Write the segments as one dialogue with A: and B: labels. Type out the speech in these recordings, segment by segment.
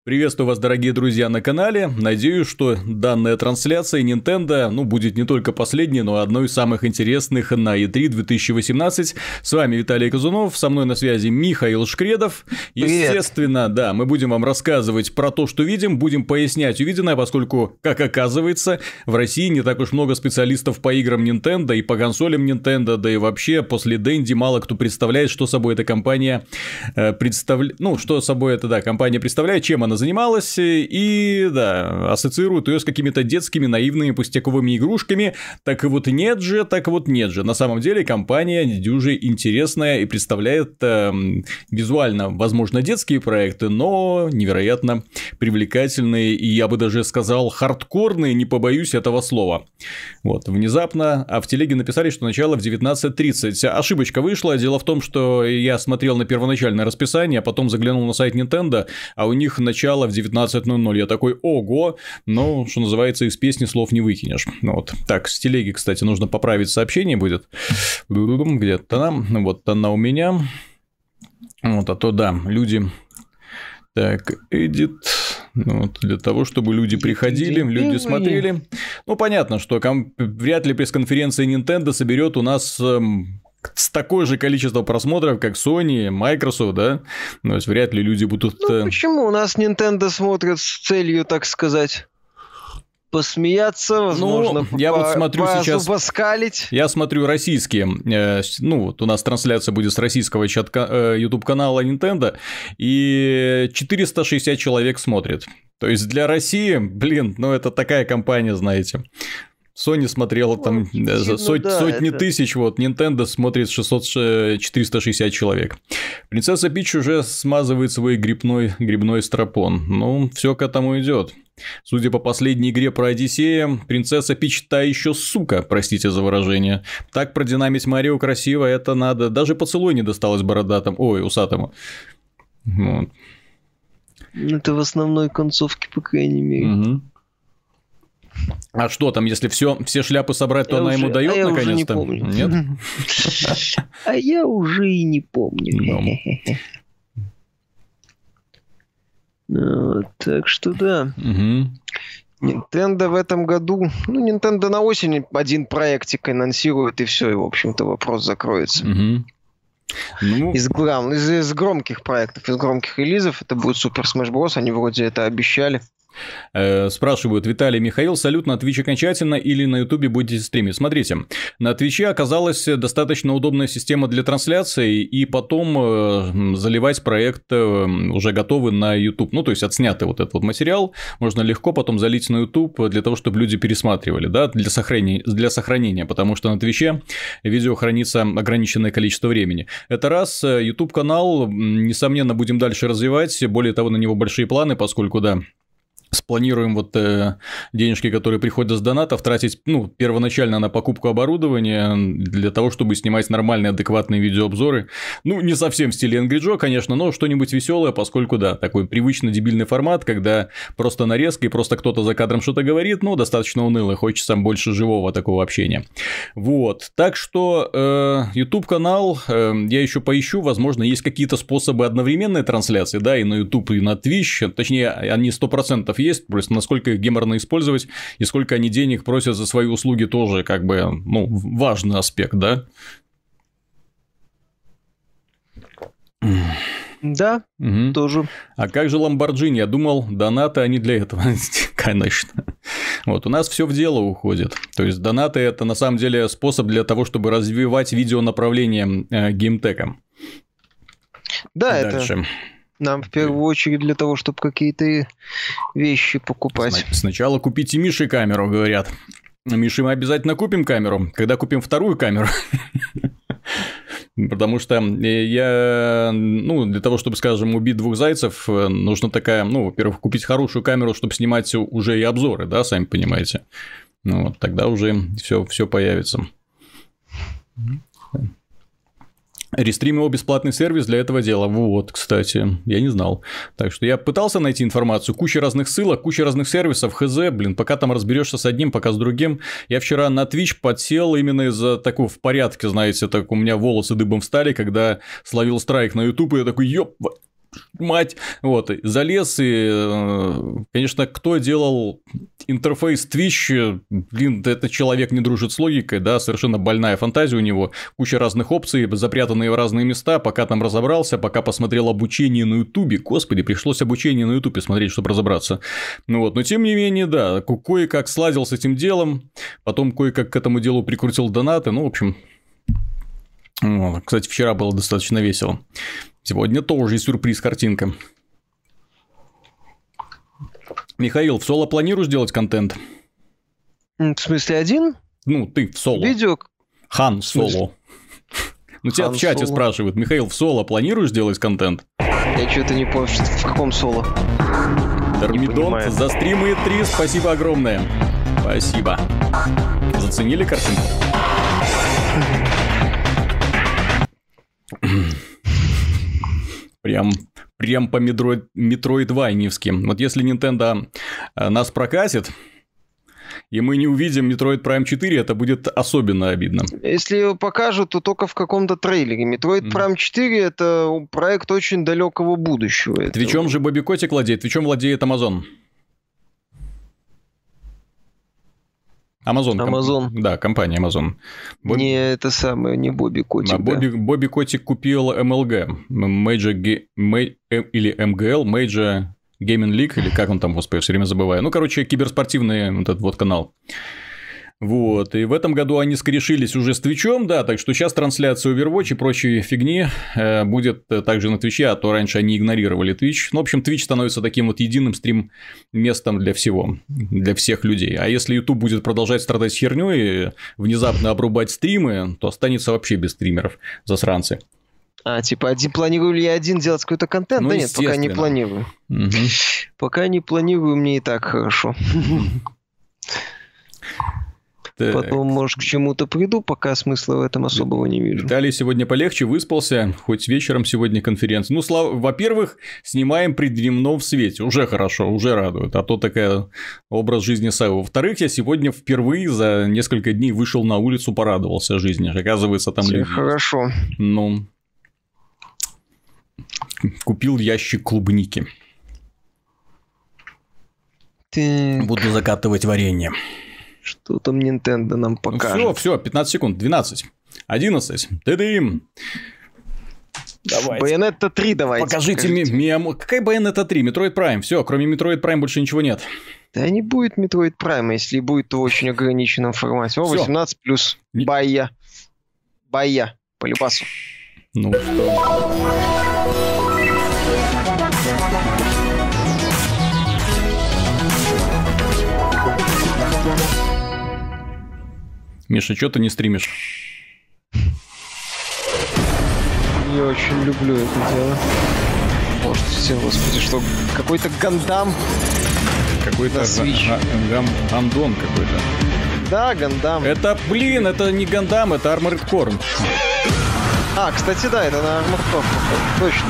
A: Приветствую вас, дорогие друзья, на канале. Надеюсь, что данная трансляция Nintendo, будет не только последней, но и одной из самых интересных на E3 2018. С вами Виталий Казунов, со мной на связи Михаил Шкредов. Естественно, да, мы будем вам рассказывать про то, что видим, будем пояснять увиденное, поскольку, как оказывается, в России не так уж много специалистов по играм Nintendo и по консолям Nintendo, да и вообще после Dendy мало кто представляет, что собой эта компания представляет, компания представляет, чем она занималась, и, да, ассоциируют ее с какими-то детскими наивными пустяковыми игрушками. Так вот нет же. На самом деле компания дюже интересная и представляет визуально, возможно, детские проекты, но невероятно привлекательные и, я бы даже сказал, хардкорные, не побоюсь этого слова. Вот, внезапно, в телеге написали, что начало в 19:30. Ошибочка вышла. Дело в том, что я смотрел на первоначальное расписание, а потом заглянул на сайт Nintendo, а у них начало в 19:00. Я такой, ого, но, что называется, из песни слов не выкинешь. Вот. Так, с телеги, кстати, нужно поправить сообщение будет. Где-то она, вот она у меня. Вот, а то, да, люди... Так, edit... Вот, для того, чтобы люди приходили, люди смотрели. Понятно, что вряд ли пресс-конференция Nintendo соберет у нас с такое же количество просмотров, как Sony, Microsoft, да? То есть вряд ли люди будут...
B: Почему? У нас Nintendo смотрят с целью, так сказать, посмеяться, возможно,
A: я вот смотрю сейчас,
B: поскалить.
A: Я смотрю российские, вот у нас трансляция будет с российского YouTube-канала Nintendo, и 460 человек смотрят. То есть для России, это такая компания, знаете... Sony смотрела там сотни тысяч, вот, Nintendo смотрит 460 человек. Принцесса Пич уже смазывает свой грибной стропон. Все к этому идет. Судя по последней игре про Одиссея, принцесса Пич та еще сука, простите за выражение. Так продинамить Марио красиво, это надо. Даже поцелуй не досталось усатому. Вот.
B: Это в основной концовке, по крайней мере.
A: Угу. А что там, если все шляпы собрать, то она ему дает наконец-то?
B: Я уже не помню.
A: Нет?
B: А я уже и не помню. Так что да. Nintendo в этом году... Nintendo на осень один проектик анонсирует, и все, и, в общем-то, вопрос закроется. Из громких проектов, из громких релизов это будет Super Smash Bros. Они вроде это обещали.
A: Спрашивают: Виталий, Михаил, салют, на Twitch окончательно или на YouTube будете стримить? Смотрите, на Twitch оказалась достаточно удобная система для трансляции, и потом заливать проект уже готовый на YouTube. То есть отснятый вот этот вот материал можно легко потом залить на YouTube для того, чтобы люди пересматривали, да, для сохранения, потому что на Twitch видео хранится ограниченное количество времени. Это раз. YouTube-канал, несомненно, будем дальше развивать, более того, на него большие планы, поскольку, да, спланируем денежки, которые приходят с донатов, тратить, первоначально на покупку оборудования для того, чтобы снимать нормальные, адекватные видеообзоры. Не совсем в стиле Angry Joe, конечно, но что-нибудь веселое, поскольку, да, такой привычно дебильный формат, когда просто нарезка и просто кто-то за кадром что-то говорит, достаточно уныло, хочется больше живого такого общения. Вот, так что YouTube-канал я еще поищу, возможно, есть какие-то способы одновременной трансляции, да, и на YouTube, и на Twitch, точнее, они 100% есть, просто насколько их геморно использовать и сколько они денег просят за свои услуги, тоже важный аспект, да?
B: Да, тоже.
A: А как же Lamborghini? Я думал, донаты они для этого. Конечно. Вот, у нас все в дело уходит. То есть, донаты – это на самом деле способ для того, чтобы развивать видеонаправление геймтека.
B: Да, дальше. Нам в первую очередь для того, чтобы какие-то вещи покупать.
A: Сначала купите Мише камеру, говорят. Мише мы обязательно купим камеру. Когда купим вторую камеру? Потому что для того, чтобы, скажем, убить двух зайцев, нужно такая, во-первых, купить хорошую камеру, чтобы снимать уже и обзоры, да, сами понимаете. Тогда уже все появится. Рестримио бесплатный сервис для этого дела. Вот, кстати, я не знал. Так что я пытался найти информацию, куча разных ссылок, куча разных сервисов, хз, пока там разберешься с одним, пока с другим. Я вчера на Twitch подсел именно из-за такого в порядке, знаете, так у меня волосы дыбом встали, когда словил страйк на YouTube, и я такой, мать, вот, залез, и, конечно, кто делал интерфейс Twitch, блин, этот человек не дружит с логикой, да, совершенно больная фантазия у него, куча разных опций, запрятанные в разные места, пока там разобрался, пока посмотрел обучение на Ютубе, господи, пришлось обучение на Ютубе смотреть, чтобы разобраться, ну вот, но тем не менее, да, кое-как сладил с этим делом, потом кое-как к этому делу прикрутил донаты, ну, в общем... Кстати, вчера было достаточно весело. Сегодня тоже сюрприз картинка. Михаил, в соло планируешь делать контент?
B: В смысле один?
A: Ну, ты в соло.
B: Видео?
A: Хан соло. Ну, тебя в чате спрашивают. Михаил, в соло планируешь делать контент?
B: Я что-то не понял, в каком соло.
A: Термидонт за стримы 3, спасибо огромное. Спасибо. Заценили картинку? Прям по метроидвайневски. Вот если Nintendo нас прокатит, и мы не увидим Metroid Prime 4, это будет особенно обидно.
B: Если его покажут, то только в каком-то трейлере. Metroid Prime 4 – это проект очень далекого будущего.
A: Твичом же Бобби Котик владеет, Твичом владеет Amazon. Amazon. Да, компания Amazon.
B: Не это самое, не Бобби Котик.
A: Бобби Котик купил MLG, или MGL, Major Gaming League, или как он там, господи, все время забываю. Ну, короче, киберспортивный вот этот вот канал. Вот, и в этом году они скорешились уже с Твичом, да, так что сейчас трансляция Overwatch и прочей фигни будет также на Твиче, а то раньше они игнорировали Твич. Ну, в общем, Твич становится таким вот единым стрим-местом для всего, для всех людей. А если YouTube будет продолжать страдать хернёй и внезапно обрубать стримы, то останется вообще без стримеров, засранцы.
B: Типа, планирую ли я один делать какой-то контент?
A: Ну,
B: да нет, пока не планирую.
A: Угу.
B: Пока не планирую, мне и так хорошо. Потом, может, к чему-то приду, пока смысла в этом особого не вижу.
A: Виталий сегодня полегче, выспался, хоть вечером сегодня конференция. Ну, во-первых, снимаем при дневном свете, уже хорошо, уже радует, а то такая образ жизни Савы. Во-вторых, я сегодня впервые за несколько дней вышел на улицу, порадовался жизни, оказывается, там люди.
B: Хорошо.
A: Ну, купил ящик клубники. Буду закатывать варенье.
B: Что там Nintendo нам покажет?
A: Все, 15 секунд, 12, 11, ты-дым. Давайте.
B: Bayonetta 3 давайте.
A: Покажите мне, какая Bayonetta 3? Metroid Prime, все, кроме Metroid Prime больше ничего нет.
B: Да не будет Metroid Prime, если будет, то в очень ограниченном формате. 18 плюс Байя, по любасу.
A: Ну что... Миша, что ты не стримишь?
B: Я очень люблю это дело. Может, все, господи, что какой-то Гандам.
A: Какой-то Гандон какой-то.
B: Да, Гандам.
A: Это, блин, это не Гандам, это Armored Core.
B: Кстати, да, это на Armored Core. Точно.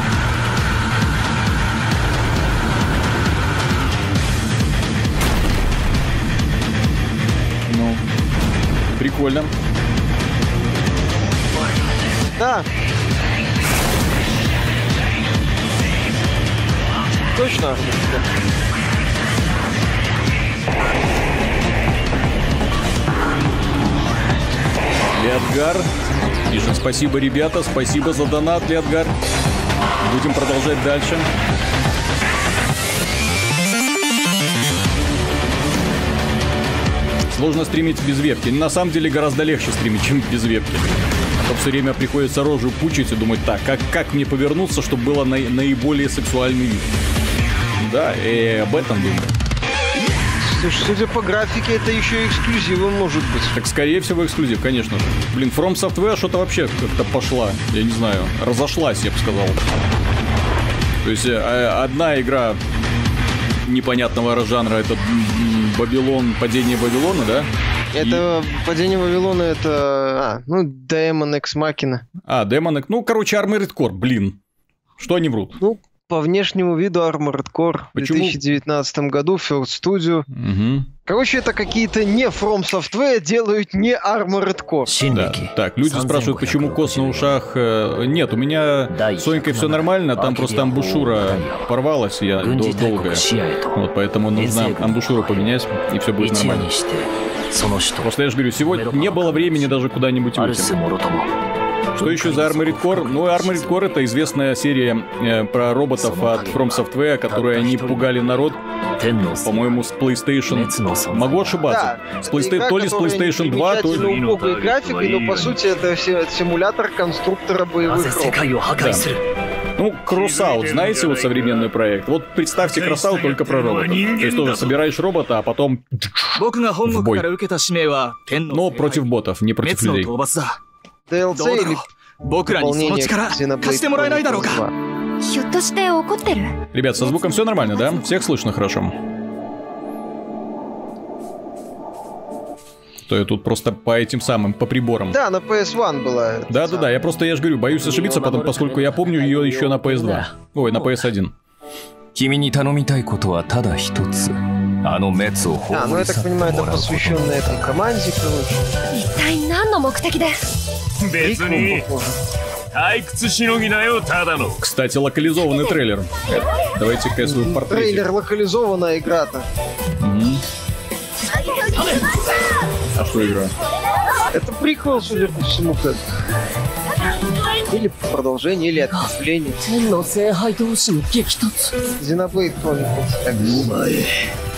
A: Ну... Прикольно.
B: Да. Точно.
A: Леотгар пишет: спасибо, ребята, спасибо за донат, Леотгар. Будем продолжать дальше. Сложно стримить без вебки. На самом деле гораздо легче стримить, чем без вебки. А то все время приходится рожу пучить и думать: так, как мне повернуться, чтобы было наиболее сексуальный вид. Да, и об этом думаю.
B: Судя по графике, это еще и эксклюзивом может быть.
A: Так, скорее всего, эксклюзив, конечно же. Блин, From Software что-то вообще как-то пошла, я не знаю, разошлась, я бы сказал. То есть, одна игра непонятного жанра — это Падение Вавилона, да?
B: Это Падение Вавилона, это... Daemon X Machina.
A: Daemon X... Ну, короче, Armored Core, блин. Что они врут?
B: Ну, по внешнему виду Armored Core. В 2019 году First Studio. Короче, это какие-то не From Software делают не Armored Core.
A: Да. Так, люди спрашивают, почему кос на ушах. Нет, у меня с Сонькой все нормально, там просто амбушюра порвалась, я долгая. Вот, поэтому нужно амбушюру поменять, и все будет нормально. Просто я же говорю, сегодня не было времени даже куда-нибудь выйти. Что еще за Armored Core? Ну, Armored Core — это известная серия про роботов от From Software, которые они пугали народ, по-моему, с PlayStation. Могу ошибаться.
B: Да,
A: то ли с PlayStation 2, то ли...
B: убогой графикой, но по сути это симулятор конструктора боевых роботов.
A: Да. Ну, Crossout, знаете, вот современный проект? Вот представьте Crossout только про роботов. То есть тоже собираешь робота, а потом в бой. Но против ботов, не против людей.
B: DLC или дополнение к Xenoblade Chronicles 2.
A: Ребят, со звуком все нормально, да? Всех слышно хорошо? То я тут просто по этим самым, по приборам.
B: Да, на PS1 была.
A: Да, я же говорю, боюсь ошибиться, потом, поскольку я помню ее еще на PS2. Ой, на PS1.
B: Ну я так понимаю, это посвященно этой команде, короче.
A: Кстати, локализованный трейлер. Давайте-ка я свой портрет.
B: Трейлер локализованная игра-то.
A: А что игра?
B: Это приквел, судя по всему, как. Или продолжение, или ответвление. Xenoblade Chronicles.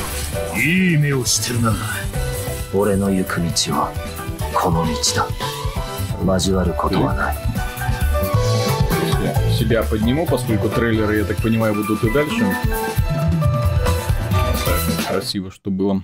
A: Себя подниму, поскольку трейлеры, я так понимаю, будут и дальше. Вот так, красиво, что было.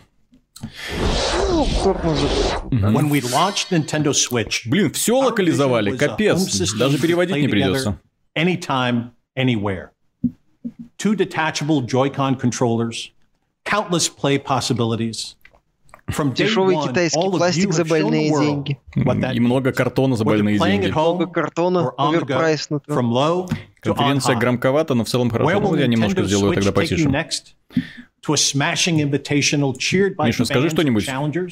A: Блин, все локализовали, капец. Даже переводить не придется.
C: Anytime, anywhere. 2 detachable Joy-Con controllers, countless play possibilities.
B: Дешевый китайский пластик за больные деньги.
A: И много картона за больные деньги.
B: Много картона, оверпрайснутого.
A: Конференция громковата, но в целом хорошо. Ну, я немножко сделаю тогда потише. Миша, скажи что-нибудь.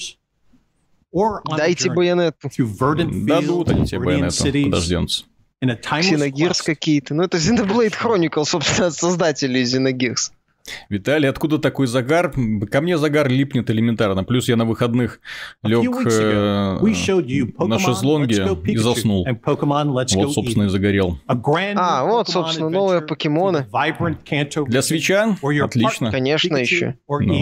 B: Дайте Байонетту.
A: Дадут они тебе Байонетту. Подождемся.
B: Xenogears какие-то. Ну, это Xenoblade Chronicles, собственно, от создателей Xenogears.
A: Виталий, откуда такой загар? Ко мне загар липнет элементарно. Плюс я на выходных лег на шезлонге и заснул. Вот, собственно, и загорел.
B: Вот, собственно, новые покемоны.
A: Для свитча? Отлично.
B: Конечно, еще.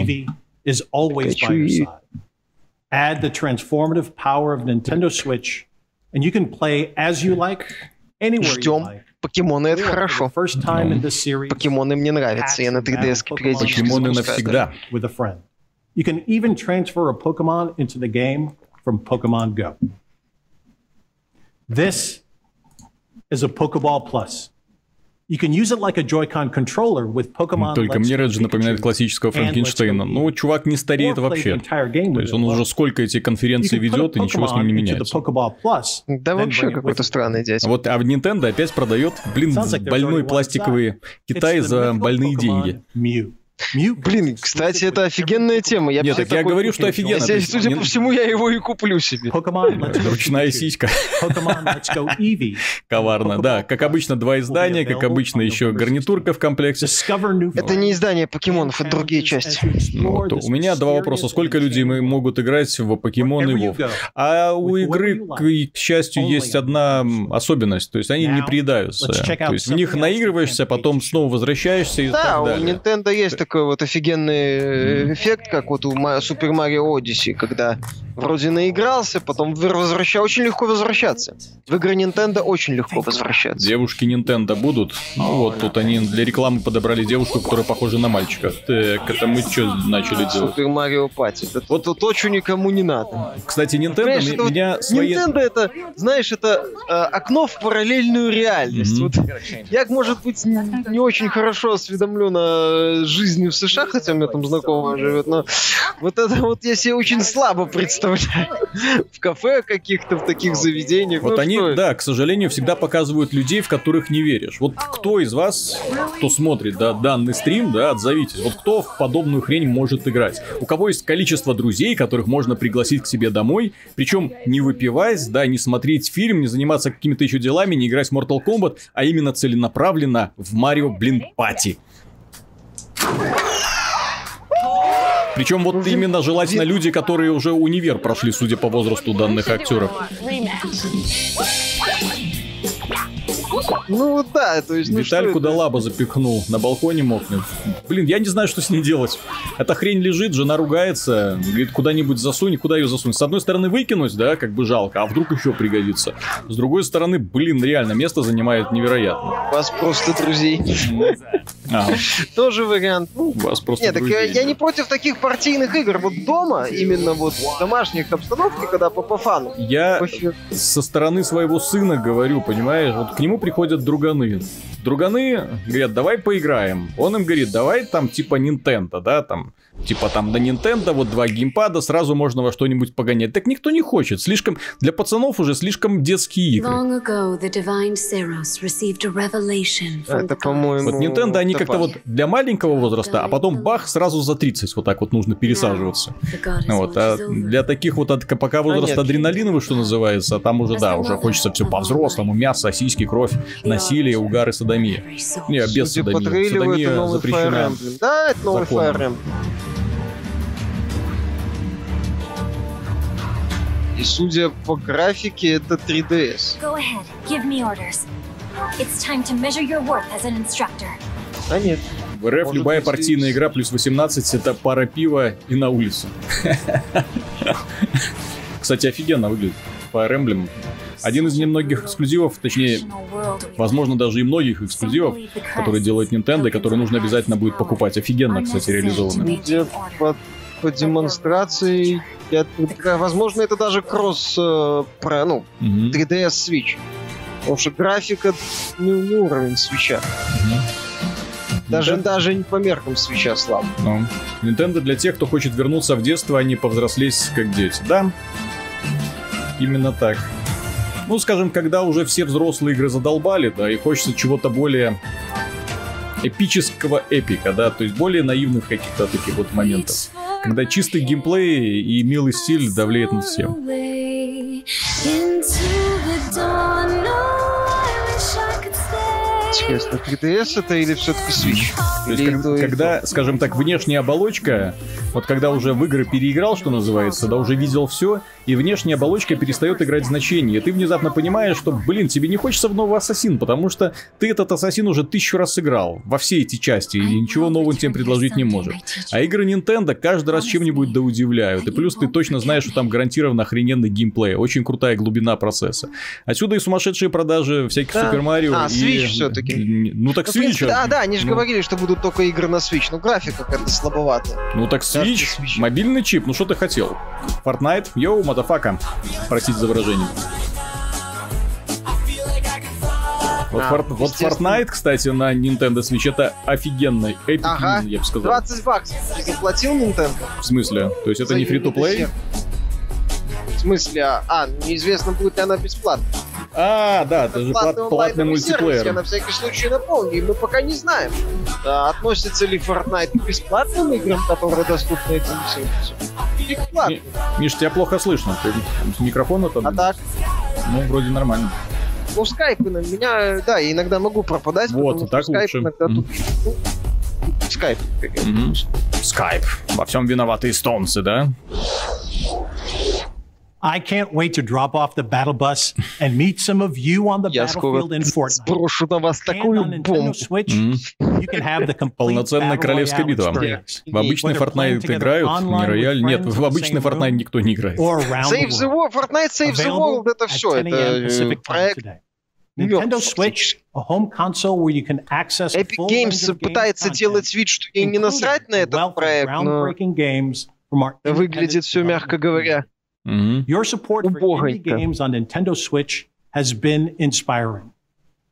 C: Add the transformative power of Nintendo Switch, and you can play as you like, anywhere you like.
B: Покемоны — это хорошо. Покемоны мне нравятся. Я на 3DS периодически
A: Покемоны навсегда.
C: You can even transfer a Pokemon into the game from Pokemon Go. This is a Pokeball Plus. You can use it like a Joy-Con controller with Pokemon.
A: Только мне Реджи напоминает классического Франкенштейна. Ну, чувак не стареет вообще. То есть он уже сколько эти конференции ведет, и ничего с ним не меняется.
B: Да вообще какой-то странный дядя.
A: Вот, а в Nintendo опять продает, блин, больной пластиковый Китай за больные деньги.
B: Блин, кстати, это офигенная тема.
A: Нет, так я говорю, что офигенно.
B: Судя по всему, я его и куплю себе.
A: Ручная сиська. Коварно, да. Как обычно, 2 издания, как обычно, еще гарнитурка в комплекте.
B: Это не издание покемонов, это другие части.
A: Ну, вот, у меня 2 вопроса. Сколько людей могут играть в покемоны и Вов? А у игры, к счастью, есть одна особенность. То есть они не приедаются. То есть в них наигрываешься, потом снова возвращаешься и так далее.
B: Да, у Nintendo есть такой вот офигенный эффект, как вот у Super Mario Odyssey, когда вроде наигрался, потом возвращался. Очень легко возвращаться. В игры Nintendo очень легко возвращаться.
A: Девушки Nintendo будут? Ну вот, тут они для рекламы подобрали девушку, которая похожа на мальчика. Так, это мы что начали делать?
B: Super Mario Party. Вот то, что никому не надо.
A: Кстати, Nintendo меня свои...
B: Nintendo это, знаешь, это окно в параллельную реальность. Вот, я, может быть, не очень хорошо осведомлен о жизни в США, хотя у меня там знакомая живет, но вот это вот я себе очень слабо представляю выставляют. В кафе каких-то, в таких заведениях.
A: Вот они, да, к сожалению, всегда показывают людей, в которых не веришь. Вот кто из вас, кто смотрит, да, данный стрим, да, отзовитесь. Вот кто в подобную хрень может играть? У кого есть количество друзей, которых можно пригласить к себе домой, причем не выпивать, да, не смотреть фильм, не заниматься какими-то еще делами, не играть в Mortal Kombat, а именно целенаправленно в Марио, Пати. Причем вот именно желательно люди, которые уже универ прошли, судя по возрасту данных актеров.
B: Ну да, то есть...
A: Виталь куда лаба запихнул, на балконе мокнет. Блин, я не знаю, что с ней делать. Эта хрень лежит, жена ругается, говорит, куда-нибудь засунь, куда ее засунь. С одной стороны выкинуть, да, как бы жалко, а вдруг еще пригодится. С другой стороны, блин, реально, место занимает невероятно.
B: У вас просто друзей. Тоже вариант.
A: У вас просто друзей.
B: Нет, так я не против таких партийных игр. Вот дома, именно вот в домашних обстановках, когда по фану.
A: Я со стороны своего сына говорю, понимаешь, вот к нему приходят друганы. Друганы говорят, давай поиграем. Он им говорит, давай там типа Nintendo, да, там. Типа там на Nintendo вот 2 геймпада, сразу можно во что-нибудь погонять. Так никто не хочет. Слишком для пацанов уже слишком детские игры.
B: Это, по-моему...
A: Вот Nintendo, они как-то вот для маленького возраста, а потом бах, сразу за 30 вот так вот нужно пересаживаться. Вот, а для таких вот пока возраст адреналиновый, что называется, там уже, да, уже хочется все по-взрослому. Мясо, сиськи, кровь, насилие, угар и содомия. Не, без содомии. Содомия запрещена.
B: Да, это новый Fire Emblem. И судя по графике, это 3DS. А нет.
A: В РФ любая партийная игра плюс 18 это пара пива и на улицу. Кстати, офигенно выглядит. Fire Emblem. Один из немногих эксклюзивов, точнее, возможно, даже и многих эксклюзивов, которые делает Nintendo, и которые нужно обязательно будет покупать. Офигенно, кстати, реализованы.
B: По демонстрации, возможно, это даже кросс, 3DS Switch. Потому что графика не уровень Switch'а. Даже не по меркам Switch'а слабо.
A: Nintendo для тех, кто хочет вернуться в детство, а не повзрослеть как дети. Да, именно так. Ну, скажем, когда уже все взрослые игры задолбали, да, и хочется чего-то более эпического эпика, да, то есть более наивных каких-то таких вот моментов. Когда чистый геймплей и милый стиль давлеет над всем.
B: Интересно, 3DS это или все-таки Switch?
A: То есть, когда, скажем так, внешняя оболочка, вот когда уже в игры переиграл, что называется, да, уже видел все, и внешняя оболочка перестает играть значение, и ты внезапно понимаешь, что, блин, тебе не хочется в новый Ассасин, потому что ты этот Ассасин уже 1000 раз играл во все эти части, и ничего нового тебе предложить не может. А игры Nintendo каждый раз чем-нибудь да удивляют, и плюс ты точно знаешь, что там гарантированно охрененный геймплей, очень крутая глубина процесса. Отсюда и сумасшедшие продажи всяких Супер Марио.
B: Switch все-таки.
A: Ну так Switch.
B: Да, они же говорили, что будут только игры на Switch, но графика как-то слабоватая.
A: Ну так Switch, мобильный чип, ну что ты хотел? Fortnite, йоу, мадафака. Простите за выражение. Вот Fortnite, кстати, на Nintendo Switch это офигенный эпик, я бы сказал.
B: 20 баксов ты заплатил Nintendo?
A: В смысле? То есть это не free-to-play?
B: В смысле? Неизвестно, будет ли она бесплатна.
A: Да, это же платный мультиплеер.
B: Я на всякий случай напомню, и мы пока не знаем, относится ли Fortnite к бесплатным играм, которые доступны этим сервису. Или к платным.
A: Миш, тебя плохо слышно. Ты с микрофона там?
B: А так?
A: Ну, вроде нормально.
B: Ну, скайп на меня, да, я иногда могу пропадать.
A: Вот, так
B: скайп
A: лучше.
B: Иногда скайп.
A: Скайп. Во всем виноваты эстонцы, да?
C: I can't wait to drop off the battle bus and meet some of you on the battlefield in Fortnite.
B: Сброшу на вас такую бомбу.
A: Полноценная королевская битва. В обычный Fortnite играют, не рояль. Нет, в обычный Fortnite никто не играет.
B: Save the World, Fortnite Save the World, это все. Это проект.
C: Nintendo Switch, a home console where you can access
B: Epic Games пытается делать вид, что ей не насрать на этот проект, но выглядит все, мягко говоря.
C: Your support for indie games on Nintendo Switch has been inspiring.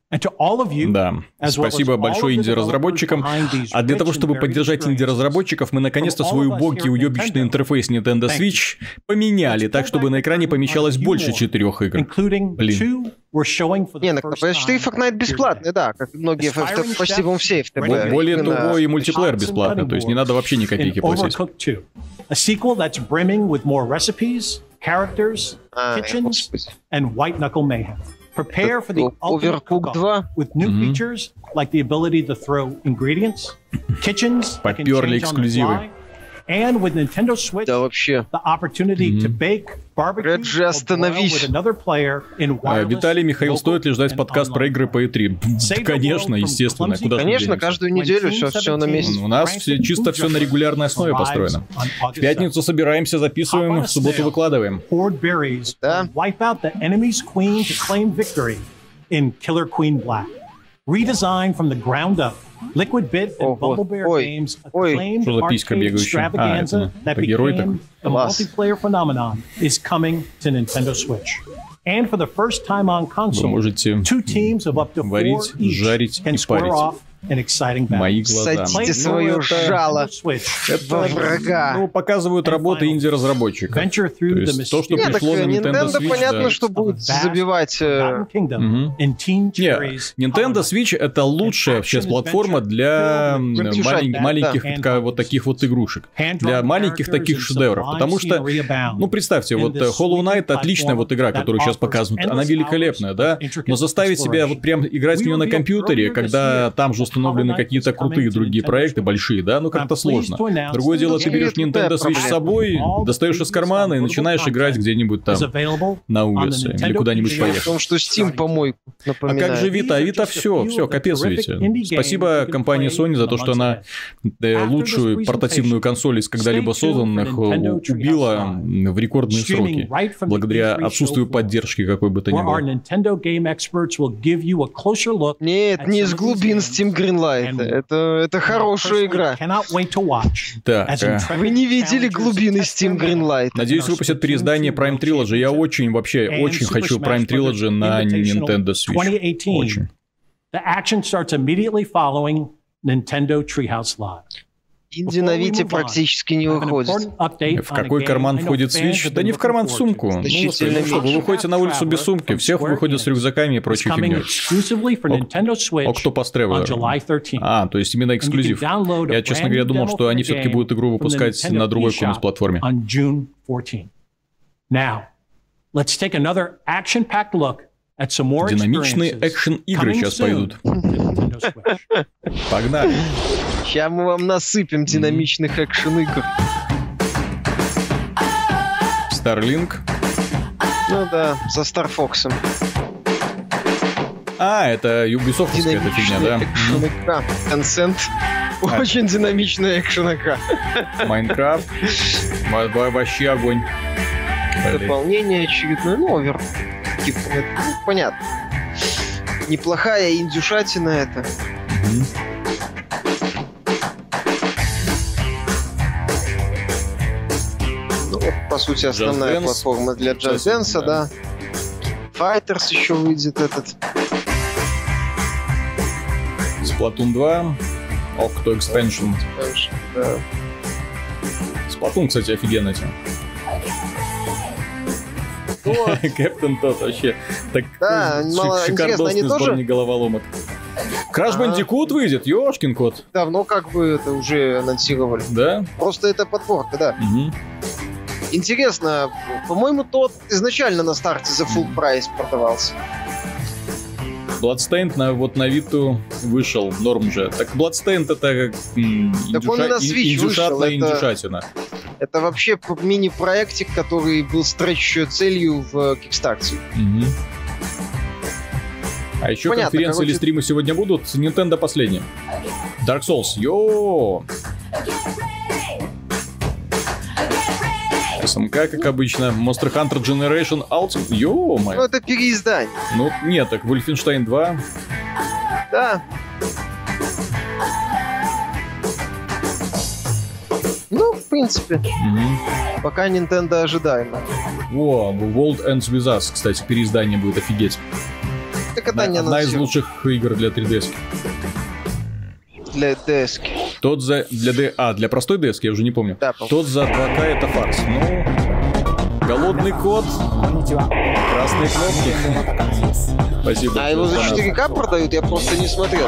A: Да, спасибо большое инди-разработчикам. А для того, чтобы поддержать инди-разработчиков, мы наконец-то свой убогий уебищный интерфейс Nintendo Switch поменяли так, чтобы на экране помещалось больше 4 игр. Блин.
B: Не, на PS4 Fortnite бесплатный, да, как многие, почти все FTP.
A: Более того, и мультиплеер бесплатный, то есть не надо вообще ни копейки платить.
C: A sequel that's brimming with more recipes, characters, kitchens, and white-knuckle mayhem. Prepare for the ultimate cook-off with new features like the ability to throw ingredients, kitchens that can change on the fly, and with Nintendo Switch, the opportunity to bake, barbecue, or broil with another player in wireless.
A: Виталий, Михаил, стоит ли ждать подкаст про игры по E3? Конечно, естественно. Куда же
B: Конечно, каждую неделю все на месте.
A: У нас чисто все на регулярной основе построено. В пятницу собираемся, записываем, в субботу выкладываем.
B: Да.
C: Wipe out the enemy's queen to claim victory in Killer Queen Black. Redesigned from the ground up. Liquid Bit and Bubble Bear Games acclaimed arcade extravaganza that became a multiplayer phenomenon is coming to Nintendo Switch. And for the first time on console, 2 teams of up to 4 each can square off an exciting battle.
A: Мои глаза.
B: Садите свое жало во врага.
A: Ну, показывают работы инди-разработчиков. То есть то, что пришло на Nintendo Switch.
B: Понятно, что будет забивать...
A: Nintendo Switch — это лучшая вообще платформа для маленьких вот таких вот игрушек. Для маленьких таких шедевров. Потому что, ну, представьте, вот Hollow Knight — отличная вот игра, которую сейчас показывают. Она великолепная, да? Но заставить себя вот прям играть в нее на компьютере, когда там же установлены какие-то крутые другие проекты, большие, да, ну как-то сложно. Другое дело, ты берешь Nintendo Switch с собой, достаешь из кармана и начинаешь играть где-нибудь там на улице или куда-нибудь поехать.
B: Потому что Steam помойку напоминает.
A: А как же Vita? Vita все, капец, Витя. Спасибо компании Sony за то, что она лучшую портативную консоль из когда-либо созданных убила в рекордные сроки, благодаря отсутствию поддержки какой бы то ни было.
B: Нет, не из глубин Steam Greenlight. Это хорошая игра.
A: Так,
B: вы не видели глубины Steam Greenlight?
A: Надеюсь, выпустят переиздание Prime Trilogy. Я очень хочу Prime Trilogy на Nintendo Switch. Очень.
C: The action starts immediately following Nintendo Treehouse Live.
B: Инди на Вите практически не выходит.
A: В какой карман входит Switch? Да не в карман, в сумку. Ну, что, вы выходите на улицу без сумки, всех выходят с рюкзаками и прочей фигней. Octopus Traveler. А, то есть именно эксклюзив. Я, честно говоря, думал, что они все-таки будут игру выпускать на другой какой-нибудь платформе. Динамичные экшен-игры сейчас пойдут. Погнали.
B: Сейчас мы вам насыпем динамичных экшен-игр.
A: Starlink.
B: Ну да, за Star Fox.
A: А, это Ubisoft-овская эта фигня, да?
B: Экшен-игра. Tencent. Очень динамичная экшен-игра.
A: Майнкрафт. Вообще огонь.
B: Дополнение очередное. Ну, овер. Типа, понятно. Неплохая индюшатина это. Ну, по сути, основная платформа для Just Dance, да. Fighters еще выйдет этот.
A: Splatoon 2. Octo Expansion.
B: Да.
A: Splatoon, кстати, офигенная тема. Кэптен тот вообще. Так,
B: да,
A: шикардосный сборник головоломок. Краш Бандикут выйдет, ёшкин кот.
B: Давно как бы это уже анонсировали.
A: Да?
B: Просто это подборка, да. Интересно, по-моему, тот изначально на старте за full прайс продавался.
A: Bloodstained на Виту вышел, норм же. Так Bloodstained это индюшатная индюшатина.
B: Это вообще мини-проектик, который был стретч целью в Kickstarter.
A: А еще конференции или стримы сегодня будут. Nintendo последняя. Dark Souls. Йооо! СМК, как обычно. Monster Hunter Generation Ultimate. Ё-моё.
B: Ну, это переиздание.
A: Ну, нет, так Wolfenstein 2.
B: Да. Ну, в принципе. Пока Nintendo ожидаемо.
A: О, World Ends With Us, кстати, переиздание будет, офигеть.
B: Так это не
A: одна из лучших игр для 3DS.
B: Для DS.
A: Тот за... Для простой DS, я уже не помню.
B: Да,
A: тот за 2К это фарс. Ну, голодный кот, красные кнопки. Спасибо.
B: А его за 4К продают? Я просто не смотрел.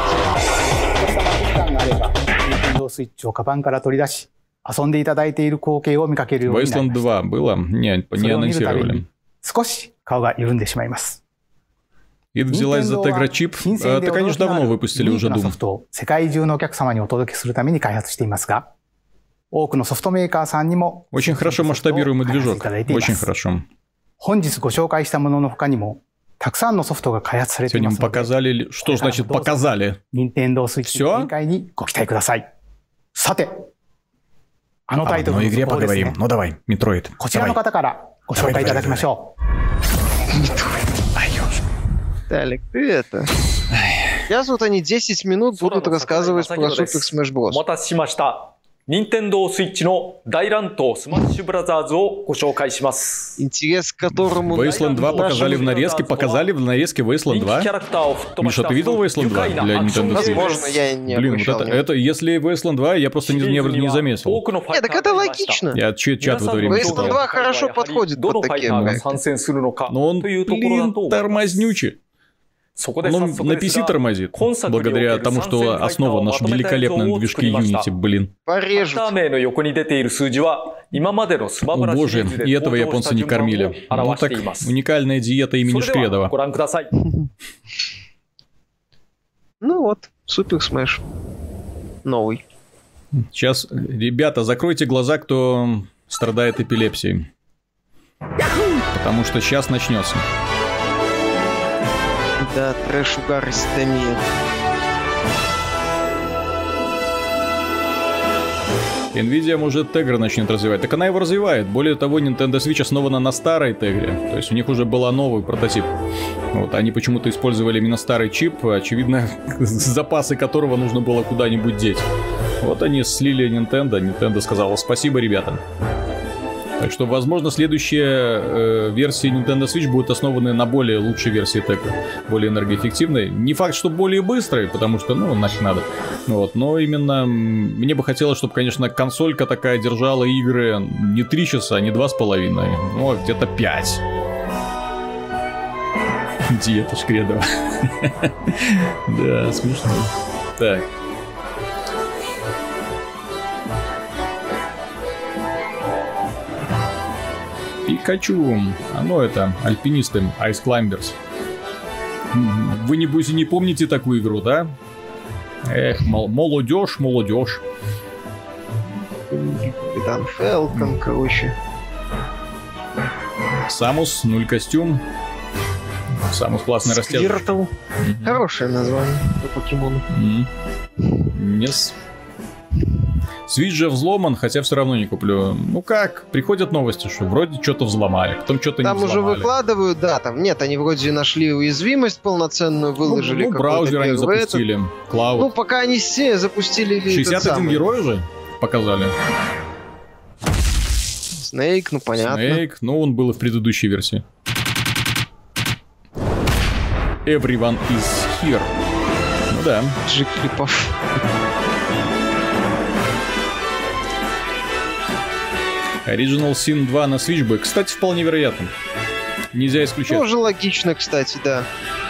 A: Wasteland 2 было? Не анонсировали. И взялась за Tegra чип. Так они же давно выпустили уже Doom. Очень хорошо масштабируемый движок. Очень хорошо. Сегодня мы показали... Что значит показали? Все? Об одной игре поговорим. Ну давай, Metroid.
B: Талик, ты это... Сейчас вот они 10 минут будут рассказывать про Super Smash Bros.
D: Nintendo Switch の大乱闘スマッシュブラザーズをご紹介します。
B: Интерес к которому...
A: Wasteland 2 показали в нарезке Wasteland 2. Миша, ты видел Wasteland 2 для Nintendo Switch?
B: Возможно, я не
A: обращал. Блин, вот это если Wasteland 2, я просто не заметил.
B: Нет, так это логично.
A: Я чат в это время читал.
B: Wasteland 2 хорошо подходит под такие проекты.
A: Но он, блин, тормознючий. Он на PC тормозит, благодаря тому, что основа наша великолепная на движке Unity, блин.
B: Порежут.
A: О боже, и этого японцы не кормили. Ну так, уникальная диета имени Шкредова.
B: Ну вот, Super Smash. Новый.
A: Сейчас, ребята, закройте глаза, кто страдает эпилепсией. Потому что сейчас начнется.
B: Да, трэш-угар-истомия.
A: Nvidia, может, Tegra начнет развивать. Так она его развивает. Более того, Nintendo Switch основана на старой Tegre. То есть у них уже был новый прототип. Вот, они почему-то использовали именно старый чип, очевидно, запасы которого нужно было куда-нибудь деть. Вот они слили Nintendo. Nintendo сказала: спасибо, ребята. Так что, возможно, следующая версия Nintendo Switch будет основана на более лучшей версии Tegra, более энергоэффективной. Не факт, что более быстрой, потому что, ну, нафиг надо. Вот, но именно мне бы хотелось, чтобы, конечно, консолька такая держала игры не 3 часа, не 2,5, ну, а где-то 5. Диета Шкредова. Да, смешно. Так. Пикачу. Ну это, альпинисты, Ice Climbers. Вы, небось, и не помните такую игру, да? Эх, молодежь.
B: Капитан Фелкон, короче.
A: Самус, 0 костюм. Самус классный растяжка.
B: Сквиртл. Хорошее название по покемону.
A: Yes. Switch же взломан, хотя все равно не куплю. Ну как, приходят новости, что вроде что-то взломали, потом что-то не взломали.
B: Там уже выкладывают, да, там нет, они вроде нашли уязвимость полноценную, выложили
A: какой-то браузер они запустили, Cloud.
B: Ну пока они все запустили...
A: 61 герой уже показали.
B: Снейк, ну понятно.
A: Снейк, ну он был и в предыдущей версии. Everyone is here. Ну да.
B: Джиклипов.
A: Original Sin 2 на Switch бы, кстати, вполне вероятно. Нельзя исключать.
B: Тоже логично, кстати, да.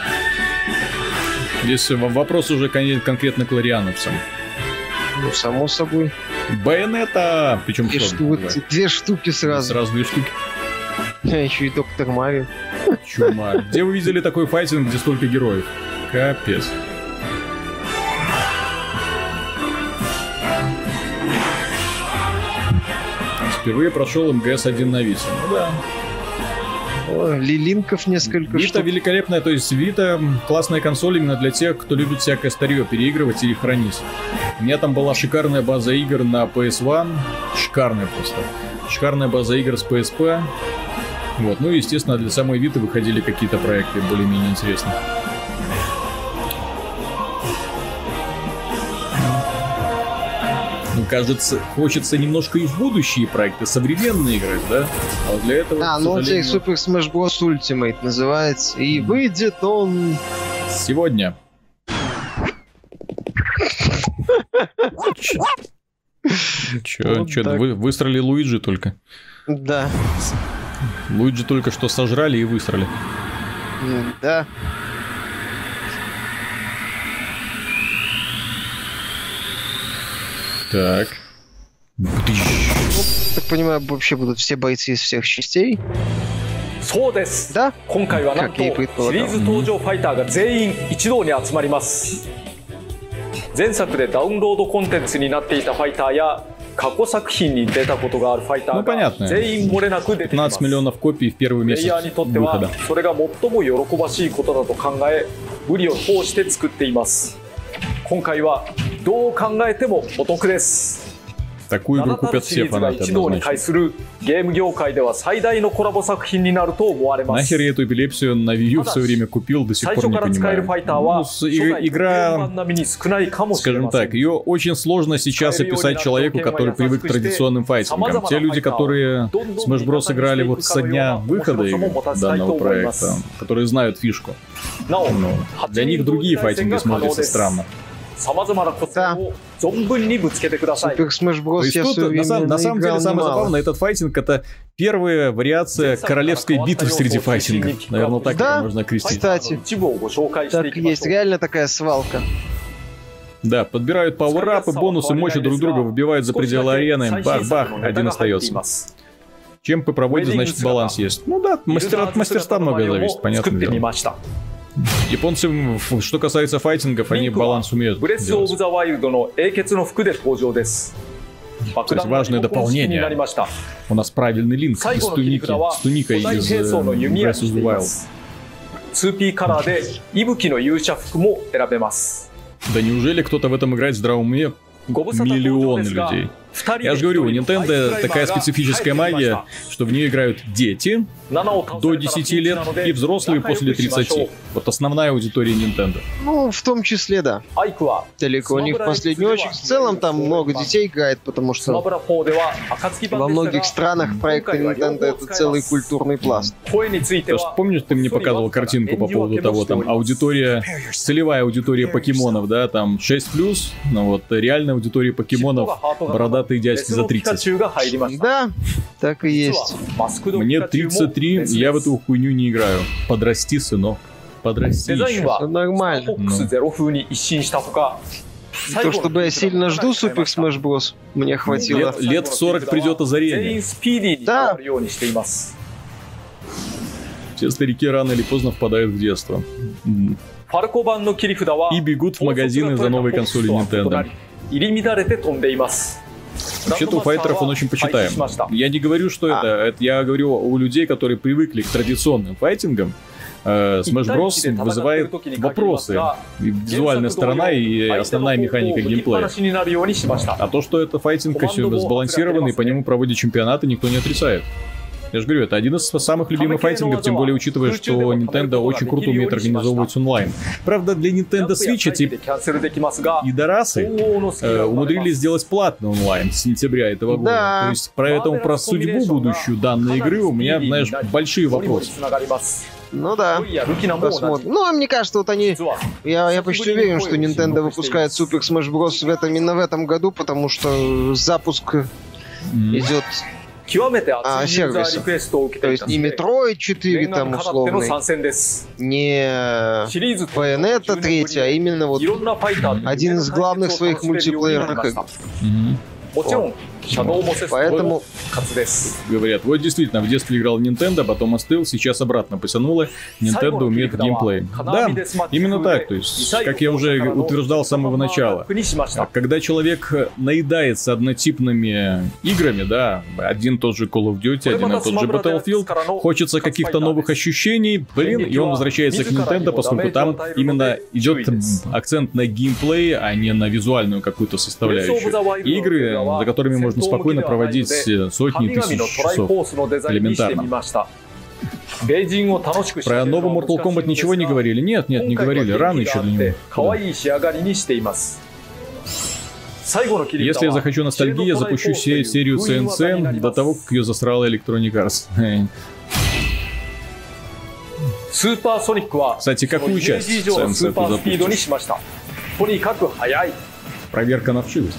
A: Здесь вопрос уже конкретно к лариановцам.
B: Ну, само собой.
A: Байонета! Причем
B: две штуки сразу.
A: Сразу 2 штуки.
B: А еще и Доктор Марио.
A: Чума. Где вы видели такой файтинг, где столько героев? Капец. Впервые прошел МГС-1 на Vita. Ну да.
B: О, лилинков несколько
A: Vita
B: штук.
A: великолепная, то есть Vita классная консоль именно для тех, кто любит всякое старье переигрывать или хранить. У меня там была шикарная база игр на PS1. Шикарная просто. Шикарная база игр с PSP. Вот. Ну и, естественно, для самой Vita выходили какие-то проекты более-менее интересные. Ну, кажется, хочется немножко и в будущие проекты современные играть, да? А вот для этого,
B: ну у тебя Super Smash Bros. Ultimate называется. И выйдет он
A: Сегодня. Чё, высрали Луиджи только.
B: Да.
A: Луиджи только что сожрали и высрали.
B: Да.
A: Так.
B: Ну, так понимаю, вообще будут все бойцы из всех частей. Да?
D: 今回はなんとシリーズ登場ファイターが全員一堂に集まります。前作でダウンロードコンテンツになっていたファイターや過去作品に出たことがあるファイターが全員漏れなく出てきます。
A: 15 миллионов копий в первый месяц
D: プレイヤーにとってはそれが最も喜ばしいことだと考え、無理を通して作っています。今回はどう考えてもお得です。
A: Такую игру купят все фанаты однозначно. Нахер я эту эпилепсию на Wii U в свое время купил, до сих пор не понимаю. Ну, игра, скажем так, ее очень сложно сейчас описать человеку, который привык к традиционным файтингам. Те люди, которые Smash Bros играли вот со дня выхода данного проекта, которые знают фишку, для них другие файтинги смотрятся странно.
B: Да. Супер Smash Bros. Я
A: на самом деле самое забавное, этот файтинг — это первая вариация королевской битвы среди файтингов. Наверное, так это можно окрестить.
B: Кстати, так и есть. Реально такая свалка.
A: Да, подбирают пауэрапы, бонусы, мочи друг друга, выбивают за пределы арены. Бах-бах, один остается. Чем по проводе, значит, баланс есть. Ну да, от мастерства многое зависит, понятно дело. Японцы, что касается файтингов, они баланс умеют делать. То есть важное дополнение. У нас правильный линк из Туники, с Туникой из Breath of the Wild.
D: 2P カラーで息吹の勇者服も選べます。
A: Да неужели кто-то в этом играет в здравом уме? Миллионы людей. Я же говорю, у Nintendo такая специфическая магия, что в нее играют дети до 10 лет и взрослые после 30. Вот основная аудитория Nintendo.
B: Ну, в том числе, да. Далеко не в последнюю очередь. В целом там много детей играет, потому что во многих странах проекты Nintendo — это целый культурный пласт.
A: Помнишь, ты мне показывал картинку по поводу того, там, аудитория, целевая аудитория покемонов, да, там 6+, ну вот, реальная аудитория покемонов, бородатые дядьки за 30.
B: Да, так и есть.
A: Мне 33, я в эту хуйню не играю. Подрасти, сынок. Подрасти еще.
B: Это нормально. То, чтобы я сильно жду Супер Smash Bros. Мне хватило.
A: Лет в 40 придет озарение.
B: Да.
A: Все старики рано или поздно впадают в детство. И бегут в магазины за новой консолью Nintendo. Вообще-то у файтеров он очень почитаем. Я не говорю, что это я говорю о людей, которые привыкли к традиционным файтингам. Smash Bros. Вызывает вопросы. И визуальная сторона и основная механика геймплея. А то, что это файтинг сбалансированный, по нему проводят чемпионаты, никто не отрицает. Я же говорю, это один из самых любимых файтингов, тем более учитывая, что Nintendo очень круто умеет организовывать онлайн. Правда, для Nintendo Switch эти пидорасы умудрились сделать платный онлайн с сентября этого года.
B: Да.
A: То есть, поэтому про судьбу будущую данной игры у меня, знаешь, большие вопросы.
B: Ну да, посмотрим. Ну, мне кажется, вот они... Я почти уверен, что Nintendo выпускает Super Smash Bros. Именно в этом году, потому что запуск идет... сервиса. То есть не Metroid 4 там условный, не Bayonetta 3, а именно вот один из главных своих мультиплеерных игр. Поэтому
A: говорят, вот действительно, в детстве играл в Nintendo, потом остыл, сейчас обратно потянуло. Nintendo умеет геймплей. Да, именно так. То есть, как я уже утверждал с самого начала, когда человек наедается однотипными играми, да, один тот же Call of Duty, один и тот же Battlefield, хочется каких-то новых ощущений, и он возвращается к Nintendo, поскольку там именно идет акцент на геймплей, а не на визуальную какую-то составляющую. Игры, за которыми можно спокойно проводить сотни тысяч часов. Элементарно. Про новый Mortal Kombat ничего не говорили? Нет, не говорили. Рано еще для него. Если я захочу ностальгии, я запущу серию CNC до того, как ее засрала Electronic Arts. Кстати, какую часть CNC ты запустишь? Проверка на вшивость.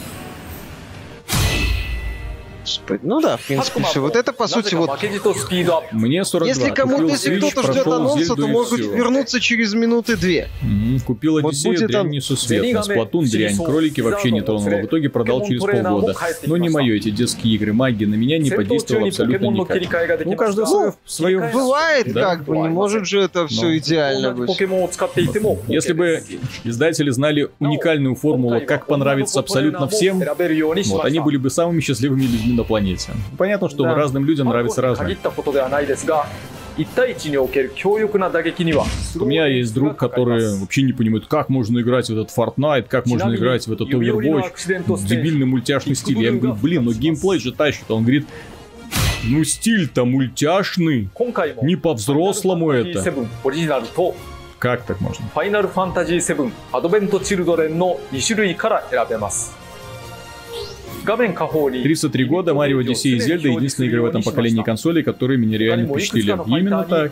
B: Ну да, в принципе, все. Вот это, по сути, вот...
A: Мне 42.
B: Если кому-то, если кто-то ждет анонса, то могут вернуться через минуты 2.
A: Купил Одиссею, вот дрянь несусветно. Сплатун, дрянь. Кролики вообще не тронула. В итоге продал через полгода. Но не мое эти детские игры. Магия на меня не подействовала абсолютно никак. Ну, каждый свое...
B: Бывает, да? Как бы, не может же это все идеально быть.
A: Если бы издатели знали уникальную формулу, как понравится абсолютно всем, вот, они были бы самыми счастливыми людьми на планете. Понятно, что разным людям нравится разное. У меня есть друг, который вообще не понимает, как можно играть в этот Fortnite, как можно играть в этот Overwatch, дебильный мультяшный стиль. Я говорю, блин, ну геймплей же тащит. Он говорит, ну стиль-то мультяшный, не по-взрослому это. Как так можно?
D: Final Fantasy VII Advent Children の2種類から選べます。
A: 33 года, Марио, Одиссея и Зельда — единственные игры в этом поколении консолей, которые меня реально впечатлили. Именно так.